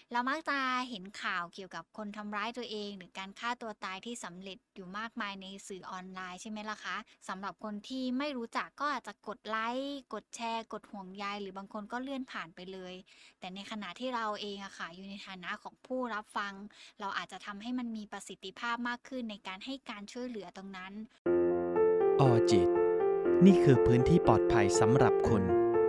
เรามักจะเห็นข่าวเกี่ยวกับคนทำร้ายตัวเองหรือการฆ่าตัวตายที่สำเร็จอยู่มากมายในสื่อออนไลน์ใช่ไหมล่ะคะสำหรับคนที่ไม่รู้จักก็อาจจะกดไลค์กดแชร์กดห่วงใยหรือบางคนก็เลื่อนผ่านไปเลยแต่ในขณะที่เราเองอะค่ะอยู่ในฐานะของผู้รับฟังเราอาจจะทำให้มันมีประสิทธิภาพมากขึ้นในการให้การช่วยเหลือตรงนั้นออจิตนี่คือพื้นที่ปลอดภัยสำหรับคุณ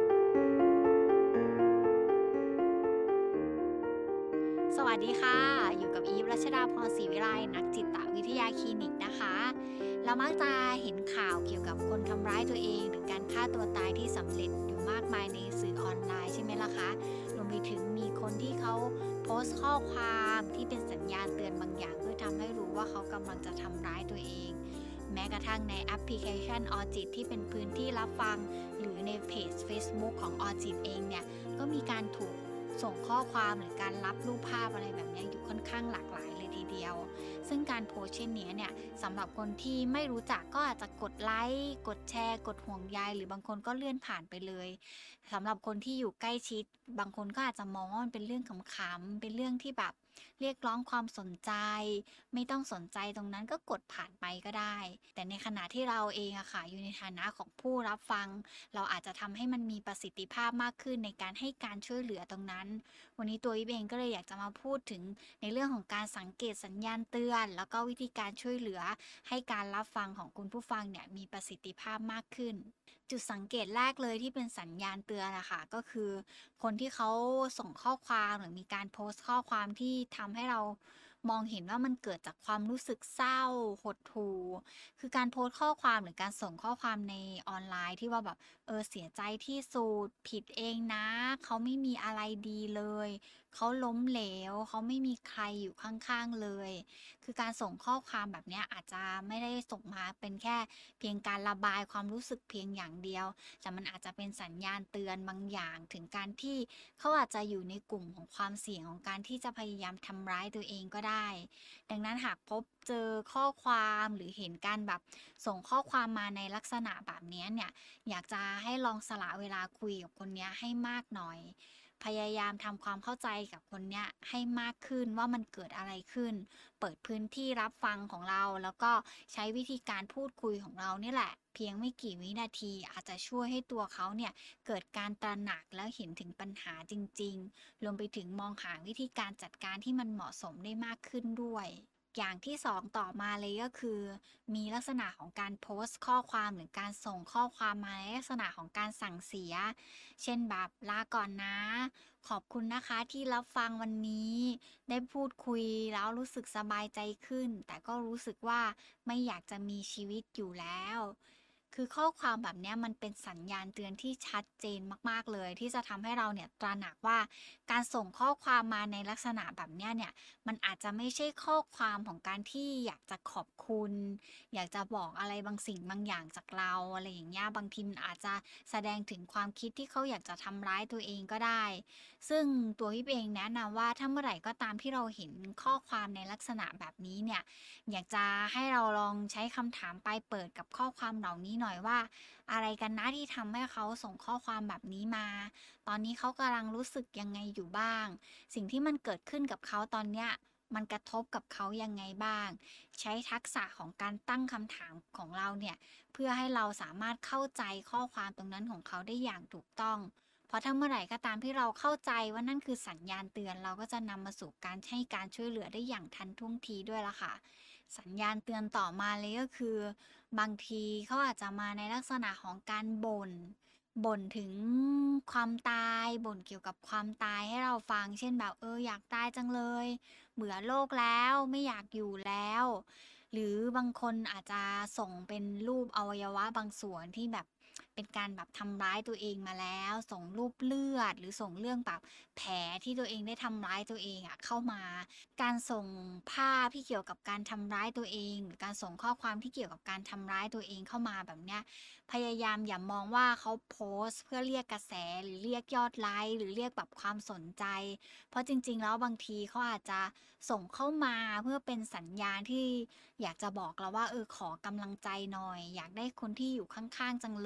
สวัสดีค่ะอยู่กับอีฟรัชดาพรศรีวิไลนักจิตวิทยาคลินิกนะคะเรามักจะเห็นข่าวเกี่ยวกับคนทำร้ายตัวเองหรือการฆ่าตัวตายที่สำเร็จอยู่มากมายในสื่อออนไลน์ใช่ไหมล่ะคะรวมไปถึงมีคนที่เขาโพสต์ข้อความที่เป็นสัญญาณเตือนบางอย่างเพื่อทำให้รู้ว่าเขากำลังจะทำร้ายตัวเองแม้กระทั่งในแอปพลิเคชันออจิตที่เป็นพื้นที่รับฟังหรือในเพจ Facebook ของออจิตเองเนี่ยก็มีการถูกส่งข้อความหรือการรับรูปภาพอะไรแบบนี้อยู่ค่อนข้างหลากหลายเลยทีเดียวซึ่งการโพสต์เช่นนี้เนี่ยสำหรับคนที่ไม่รู้จักก็อาจจะกดไลค์กดแชร์กดห่วงใยหรือบางคนก็เลื่อนผ่านไปเลยสำหรับคนที่อยู่ใกล้ชิดบางคนก็อาจจะมองว่ามันเป็นเรื่องขำๆเป็นเรื่องที่แบบเรียกร้องความสนใจไม่ต้องสนใจตรงนั้นก็กดผ่านไปก็ได้แต่ในขณะที่เราเองอะค่ะอยู่ในฐานะของผู้รับฟังเราอาจจะทำให้มันมีประสิทธิภาพมากขึ้นในการให้การช่วยเหลือตรงนั้นวันนี้ตัวอีฟเองก็เลยอยากจะมาพูดถึงในเรื่องของการสังเกตสัญญาณเตือนแล้วก็วิธีการช่วยเหลือให้การรับฟังของคุณผู้ฟังเนี่ยมีประสิทธิภาพมากขึ้นจุดสังเกตแรกเลยที่เป็นสัญญาณเตือนอะค่ะก็คือคนที่เขาส่งข้อความหรือมีการโพสต์ข้อความที่ทำให้เรามองเห็นว่ามันเกิดจากความรู้สึกเศร้าหดหู่คือการโพสต์ข้อความหรือการส่งข้อความในออนไลน์ที่ว่าแบบเสียใจที่สุดผิดเองนะเขาไม่มีอะไรดีเลยเขาล้มเหลวเขาไม่มีใครอยู่ข้างๆเลยคือการส่งข้อความแบบเนี้ยอาจจะไม่ได้ส่งมาเป็นแค่เพียงการระบายความรู้สึกเพียงอย่างเดียวแต่มันอาจจะเป็นสัญญาณเตือนบางอย่างถึงการที่เขาอาจจะอยู่ในกลุ่มของความเสี่ยงของการที่จะพยายามทำร้ายตัวเองก็ได้ดังนั้นหากพบเจอข้อความหรือเห็นการแบบส่งข้อความมาในลักษณะแบบนี้เนี่ยอยากจะให้ลองสละเวลาคุยกับคนเนี้ยให้มากหน่อยพยายามทำความเข้าใจกับคนเนี้ยให้มากขึ้นว่ามันเกิดอะไรขึ้นเปิดพื้นที่รับฟังของเราแล้วก็ใช้วิธีการพูดคุยของเรานี่แหละเพียงไม่กี่วินาทีอาจจะช่วยให้ตัวเขาเนี่ยเกิดการตระหนักแล้วเห็นถึงปัญหาจริงๆรวมไปถึงมองหาวิธีการจัดการที่มันเหมาะสมได้มากขึ้นด้วยอย่างที่สองต่อมาเลยก็คือมีลักษณะของการโพสต์ข้อความหรือการส่งข้อความมาในลักษณะของการสั่งเสียเช่นแบบลาก่อนนะขอบคุณนะคะที่รับฟังวันนี้ได้พูดคุยแล้วรู้สึกสบายใจขึ้นแต่ก็รู้สึกว่าไม่อยากจะมีชีวิตอยู่แล้วคือข้อความแบบนี้มันเป็นสัญญาณเตือนที่ชัดเจนมากๆเลยที่จะทำให้เราเนี่ยตระหนักว่าการส่งข้อความมาในลักษณะแบบเนี้ยเนี่ย มันอาจจะไม่ใช่ข้อความของการที่อยากจะขอบคุณอยากจะบอกอะไรบางสิ่งบางอย่างจากเราอะไรอย่างเงี้ยบางทีมันอาจจะแสดงถึงความคิดที่เขาอยากจะทำร้ายตัวเองก็ได้ซึ่งตัวพี่เองแนะนำว่าถ้าเมื่อไหร่ก็ตามที่เราเห็นข้อความในลักษณะแบบนี้เนี่ยอยากจะให้เราลองใช้คำถามปลายเปิดกับข้อความเหล่านี้หน่อยว่าอะไรกันนะที่ทำให้เขาส่งข้อความแบบนี้มาตอนนี้เขากำลังรู้สึกยังไงอยู่บ้าง สิ่งที่มันเกิดขึ้นกับเขาตอนเนี้ยมันกระทบกับเขายังไงบ้างใช้ทักษะของการตั้งคำถามของเราเนี่ยเพื่อให้เราสามารถเข้าใจข้อความตรงนั้นของเขาได้อย่างถูกต้องเพราะถ้าเมื่อไหร่ก็ตามที่เราเข้าใจว่านั่นคือสัญญาณเตือนเราก็จะนำมาสู่การให้การช่วยเหลือได้อย่างทันท่วงทีด้วยล่ะค่ะสัญญาณเตือนต่อมาเลยก็คือบางทีเขาอาจจะมาในลักษณะของการบ่นถึงความตายบ่นเกี่ยวกับความตายให้เราฟังเช่นแบบอยากตายจังเลยเบื่อโลกแล้วไม่อยากอยู่แล้วหรือบางคนอาจจะส่งเป็นรูปอวัยวะบางส่วนที่แบบเป็นการแบบทำร้ายตัวเองมาแล้วส่งรูปเลือดหรือส่งเรื่องแบบแผลที่ตัวเองได้ทำร้ายตัวเองอะเข้ามาการส่งภาพที่เกี่ยวกับการทำร้ายตัวเองหรือการส่งข้อความที่เกี่ยวกับการทำร้ายตัวเองเข้ามาแบบเนี้ย พยายามอย่ามองว่าเขาโพสต์เพื่อเรียกกระแสหรือเรียกยอดไลค์หรือเรียกแบบความสนใจเพราะจริงๆแล้วบางทีเขาอาจจะส่งเข้ามาเพื่อเป็นสัญญาณที่อยากจะบอกเราว่าขอกำลังใจหน่อยอยากได้คนที่อยู่ข้างๆจังเลย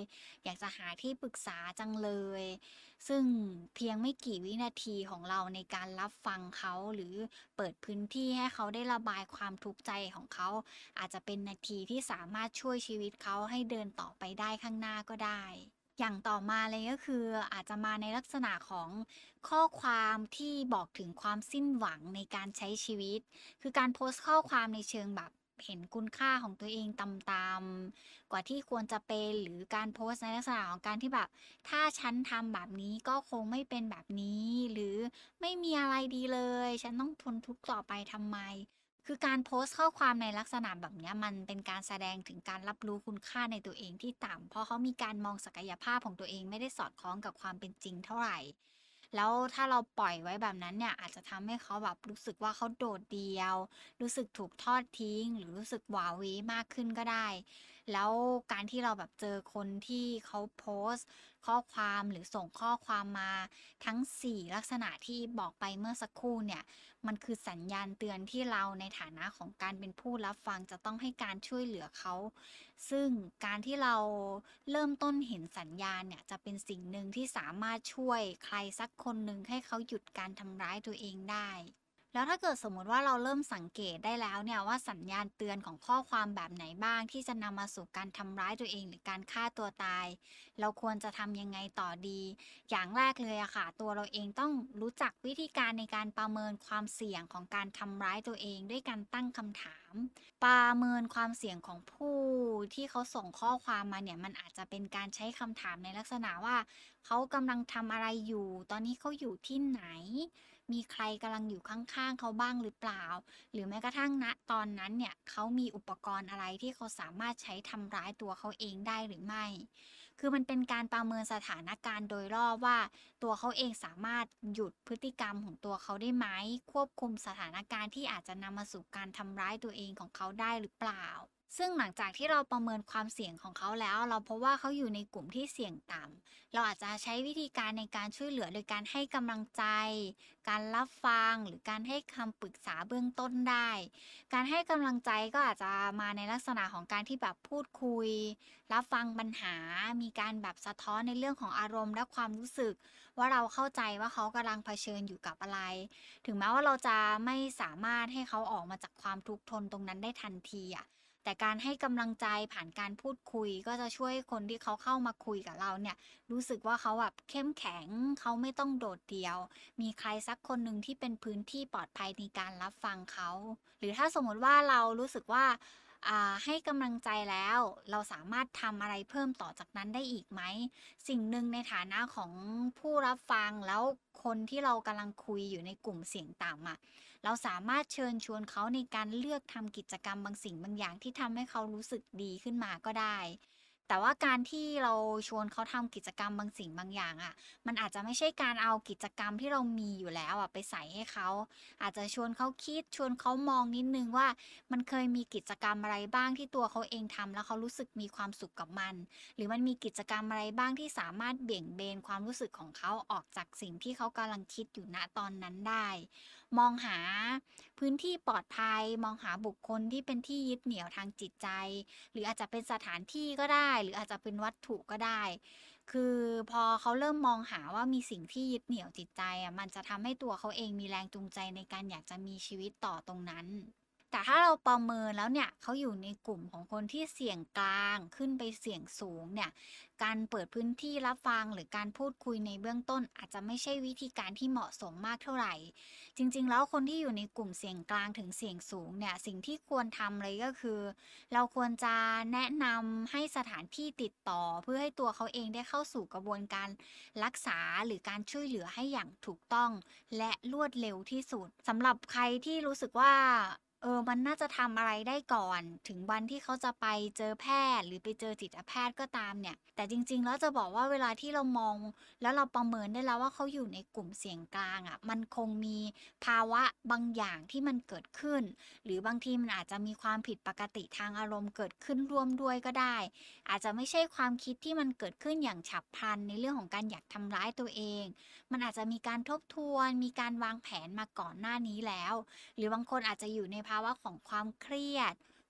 อยากจะหาที่ปรึกษาจังเลย ซึ่งเพียงไม่กี่วินาทีของเราในการรับฟังเขาหรือเปิดพื้นที่ให้เขาได้ระบายความทุกข์ใจของเขาอาจจะเป็นนาทีที่สามารถช่วยชีวิตเขาให้เดินต่อไปได้ข้างหน้าก็ได้ อย่างต่อมาเลยก็คืออาจจะมาในลักษณะของข้อความที่บอกถึงความสิ้นหวังในการใช้ชีวิต คือการโพสต์ข้อความในเชิงแบบเห็นคุณค่าของตัวเองต่ำๆกว่าที่ควรจะเป็นหรือการโพสต์ในลักษณะของการที่แบบถ้าฉันทำแบบนี้ก็คงไม่เป็นแบบนี้หรือไม่มีอะไรดีเลยฉันต้องทนทุกข์ต่อไปทำไม คือการโพสต์ข้อความในลักษณะแบบเนี้ยมันเป็นการแสดงถึงการรับรู้คุณค่าในตัวเองที่ต่ำเพราะเขามีการมองศักยภาพของตัวเองไม่ได้สอดคล้องกับความเป็นจริงเท่าไหร่แล้วถ้าเราปล่อยไว้แบบนั้นเนี่ยอาจจะทำให้เขาแบบรู้สึกว่าเขาโดดเดี่ยวรู้สึกถูกทอดทิ้งหรือรู้สึกหวาเหวมากขึ้นก็ได้แล้วการที่เราแบบเจอคนที่เขาโพสต์ข้อความหรือส่งข้อความมาทั้ง4ลักษณะที่บอกไปเมื่อสักครู่เนี่ย มันคือสัญญาณเตือนที่เราในฐานะของการเป็นผู้รับฟังจะต้องให้การช่วยเหลือเขา ซึ่งการที่เราเริ่มต้นเห็นสัญญาณเนี่ยจะเป็นสิ่งหนึ่งที่สามารถช่วยใครสักคนหนึ่งให้เขาหยุดการทำร้ายตัวเองได้ แล้วถ้าเกิดสมมุติว่าเราเริ่มสังเกตได้แล้วเนี่ยว่าสัญญาณเตือนของข้อความแบบไหนบ้างที่จะนำมาสู่การทำร้ายตัวเองหรือการฆ่าตัวตาย เราควรจะทำยังไงต่อดี อย่างแรกเลยอะค่ะตัวเราเองต้องรู้จักวิธีการในการประเมินความเสี่ยงของการทำร้ายตัวเองด้วยการตั้งคำถาม ประเมินความเสี่ยงของผู้ที่เขาส่งข้อความมาเนี่ยมันอาจจะเป็นการใช้คำถามในลักษณะว่าเขากำลังทำอะไรอยู่ ตอนนี้เขาอยู่ที่ไหน มีใครกำลังอยู่ข้างๆเขาบ้างหรือเปล่า หรือแม้กระทั่งณตอนนั้นเนี่ยเขามีอุปกรณ์อะไรที่เขาสามารถใช้ทำร้ายตัวเขาเองได้หรือไม่ คือมันเป็นการประเมินสถานการณ์โดยรอบว่าตัวเขาเองสามารถหยุดพฤติกรรมของตัวเขาได้ไหมควบคุมสถานการณ์ที่อาจจะนำมาสู่การทำร้ายตัวเองของเขาได้หรือเปล่าซึ่งหลังจากที่เราประเมินความเสี่ยงของเขาแล้วเราพบว่าเขาอยู่ในกลุ่มที่เสี่ยงต่ำเราอาจจะใช้วิธีการในการช่วยเหลือโดยการให้กำลังใจการรับฟังหรือการให้คำปรึกษาเบื้องต้นได้ การให้กำลังใจก็อาจจะมาในลักษณะของการที่แบบพูดคุย รับฟังปัญหา มีการแบบสะท้อนในเรื่องของอารมณ์และความรู้สึกว่าเราเข้าใจว่าเขากำลังเผชิญอยู่กับอะไร ถึงแม้ว่าเราจะไม่สามารถให้เขาออกมาจากความทุกข์ทนตรงนั้นได้ทันทีอะแต่การให้กำลังใจผ่านการพูดคุยก็จะช่วยคนที่เขาเข้ามาคุยกับเราเนี่ยรู้สึกว่าเขาแบบเข้มแข็งเขาไม่ต้องโดดเดี่ยว มีใครสักคนหนึ่งที่เป็นพื้นที่ปลอดภัยในการรับฟังเขา หรือถ้าสมมติว่าเรารู้สึกว่าให้กำลังใจแล้วเราสามารถทำอะไรเพิ่มต่อจากนั้นได้อีกไหมสิ่งหนึ่งในฐานะของผู้รับฟังแล้วคนที่เรากำลังคุยอยู่ในกลุ่มเสี่ยงต่ำเราสามารถเชิญชวนเขาในการเลือกทำกิจกรรมบางสิ่งบางอย่างที่ทำให้เขารู้สึกดีขึ้นมาก็ได้แต่ว่าการที่เราชวนเขาทำกิจกรรมบางสิ่งบางอย่างมันอาจจะไม่ใช่การเอากิจกรรมที่เรามีอยู่แล้วไปใส่ให้เขา อาจจะชวนเขาคิดชวนเขามองนิดนึงว่ามันเคยมีกิจกรรมอะไรบ้างที่ตัวเขาเองทำแล้วเขารู้สึกมีความสุขกับมันหรือมันมีกิจกรรมอะไรบ้างที่สามารถเบี่ยงเบนความรู้สึกของเขาออกจากสิ่งที่เขากำลังคิดอยู่ณตอนนั้นได้มองหาพื้นที่ปลอดภัยมองหาบุคคลที่เป็นที่ยึดเหนี่ยวทางจิตใจหรืออาจจะเป็นสถานที่ก็ได้หรืออาจจะเป็นวัตถุก็ได้ คือพอเขาเริ่มมองหาว่ามีสิ่งที่ยึดเหนี่ยวจิตใจมันจะทำให้ตัวเขาเองมีแรงจูงใจในการอยากจะมีชีวิตต่อตรงนั้น แต่ถ้าเราประเมินแล้วเนี่ยเขาอยู่ในกลุ่มของคนที่เสี่ยงกลางขึ้นไปเสี่ยงสูงเนี่ยการเปิดพื้นที่รับฟังหรือการพูดคุยในเบื้องต้นอาจจะไม่ใช่วิธีการที่เหมาะสมมากเท่าไหร่จริงๆแล้วคนที่อยู่ในกลุ่มเสี่ยงกลางถึงเสี่ยงสูงเนี่ยสิ่งที่ควรทำเลยก็คือ เราควรจะแนะนำให้สถานที่ติดต่อเพื่อให้ตัวเขาเองได้เข้าสู่กระบวนการรักษาหรือการช่วยเหลือให้อย่างถูกต้องและรวดเร็วที่สุดสำหรับใครที่รู้สึกว่ามันน่าจะทำอะไรได้ก่อนถึงวันที่เขาจะไปเจอแพทย์หรือไปเจอจิตแพทย์ก็ตามเนี่ยแต่จริงๆแล้วจะบอกว่าเวลาที่เรามองแล้วเราประเมินได้แล้วว่าเขาอยู่ในกลุ่มเสี่ยงกลางมันคงมีภาวะบางอย่างที่มันเกิดขึ้น หรือบางทีมันอาจจะมีความผิดปกติทางอารมณ์เกิดขึ้นร่วมด้วยก็ได้ อาจจะไม่ใช่ความคิดที่มันเกิดขึ้นอย่างฉับพลันในเรื่องของการอยากทำร้ายตัวเอง มันอาจจะมีการทบทวน มีการวางแผนมาก่อนหน้านี้แล้ว หรือบางคนอาจจะอยู่ในภาวะของความเครียด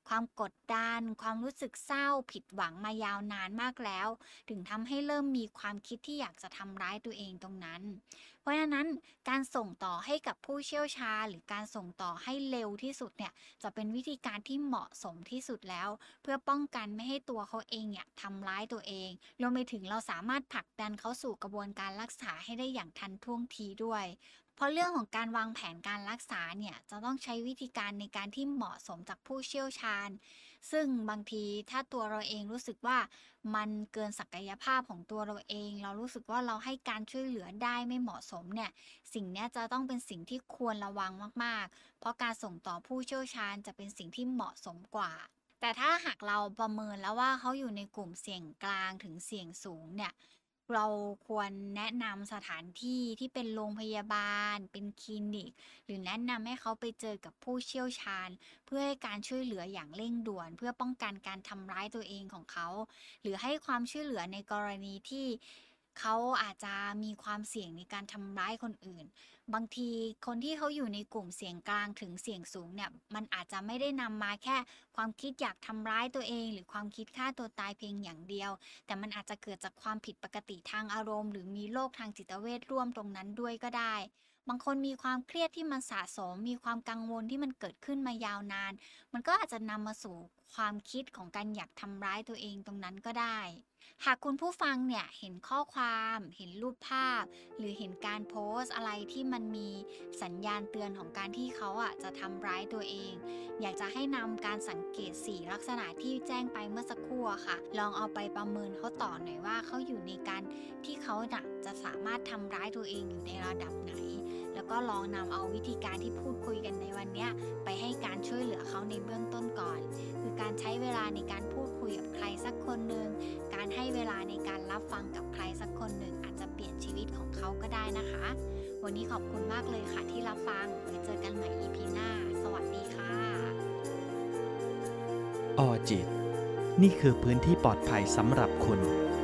ความกดดันความรู้สึกเศร้าผิดหวังมายาวนานมากแล้ว ถึงทำให้เริ่มมีความคิดที่อยากจะทำร้ายตัวเองตรงนั้น เพราะฉะนั้นการส่งต่อให้กับผู้เชี่ยวชาญหรือการส่งต่อให้เร็วที่สุดเนี่ยจะเป็นวิธีการที่เหมาะสมที่สุดแล้ว เพื่อป้องกันไม่ให้ตัวเขาเองเนี่ยทำร้ายตัวเองรวมไปถึงเราสามารถผลักดันเขาสู่กระบวนการรักษาให้ได้อย่างทันท่วงทีด้วย เพราะเรื่องของการวางแผนการรักษาเนี่ยจะต้องใช้วิธีการในการที่เหมาะสมจากผู้เชี่ยวชาญ ซึ่งบางทีถ้าตัวเราเองรู้สึกว่ามันเกินศักยภาพของตัวเราเอง เรารู้สึกว่าเราให้การช่วยเหลือได้ไม่เหมาะสมเนี่ยสิ่งเนี้ยจะต้องเป็นสิ่งที่ควรระวังมากๆ เพราะการส่งต่อผู้เชี่ยวชาญจะเป็นสิ่งที่เหมาะสมกว่า แต่ถ้าหากเราประเมินแล้วว่าเขาอยู่ในกลุ่มเสี่ยงกลางถึงเสี่ยงสูงเนี่ยเราควรแนะนำสถานที่ที่เป็นโรงพยาบาลเป็นคลินิกหรือแนะนำให้เขาไปเจอกับผู้เชี่ยวชาญ เพื่อให้การช่วยเหลืออย่างเร่งด่วนเพื่อป้องกันการทำร้ายตัวเองของเขา หรือให้ความช่วยเหลือในกรณีที่เขาอาจจะมีความเสี่ยงในการทำร้ายคนอื่น บางทีคนที่เขาอยู่ในกลุ่มเสี่ยงกลางถึงเสี่ยงสูงเนี่ยมันอาจจะไม่ได้นำมาแค่ความคิดอยากทำร้ายตัวเอง หรือความคิดฆ่าตัวตายเพียงอย่างเดียว แต่มันอาจจะเกิดจากความผิดปกติทางอารมณ์หรือมีโรคทางจิตเวชร่วมตรงนั้นด้วยก็ได้ บางคนมีความเครียดที่มันสะสม มีความกังวลที่มันเกิดขึ้นมายาวนาน มันก็อาจจะนำมาสู่ความคิดของการอยากทำร้ายตัวเองตรงนั้นก็ได้ หากคุณผู้ฟังเนี่ยเห็นข้อความ เห็นรูปภาพ หรือเห็นการโพสต์อะไรที่มันมีสัญญาณเตือนของการที่เขาจะทำร้ายตัวเอง อยากจะให้นำการสังเกต4ลักษณะที่แจ้งไปเมื่อสักครู่ค่ะ ลองเอาไปประเมินเขาต่อหน่อยว่าเขาอยู่ในการที่เขาจะสามารถทำร้ายตัวเองอยู่ในระดับไหน แล้วก็ลองนำเอาวิธีการที่พูดคุยกันในวันนี้ไปให้การช่วยเหลือเขาในเบื้องต้นก่อน คือการใช้เวลาในการพูดคุยกับใครสักคนหนึ่งการให้เวลาในการรับฟังกับใครสักคนหนึ่งอาจจะเปลี่ยนชีวิตของเขาก็ได้นะคะ วันนี้ขอบคุณมากเลยค่ะที่รับฟังไว้เจอกันใหม่ EP หน้า สวัสดีค่ะออจิต นี่คือพื้นที่ปลอดภัยสำหรับคุณ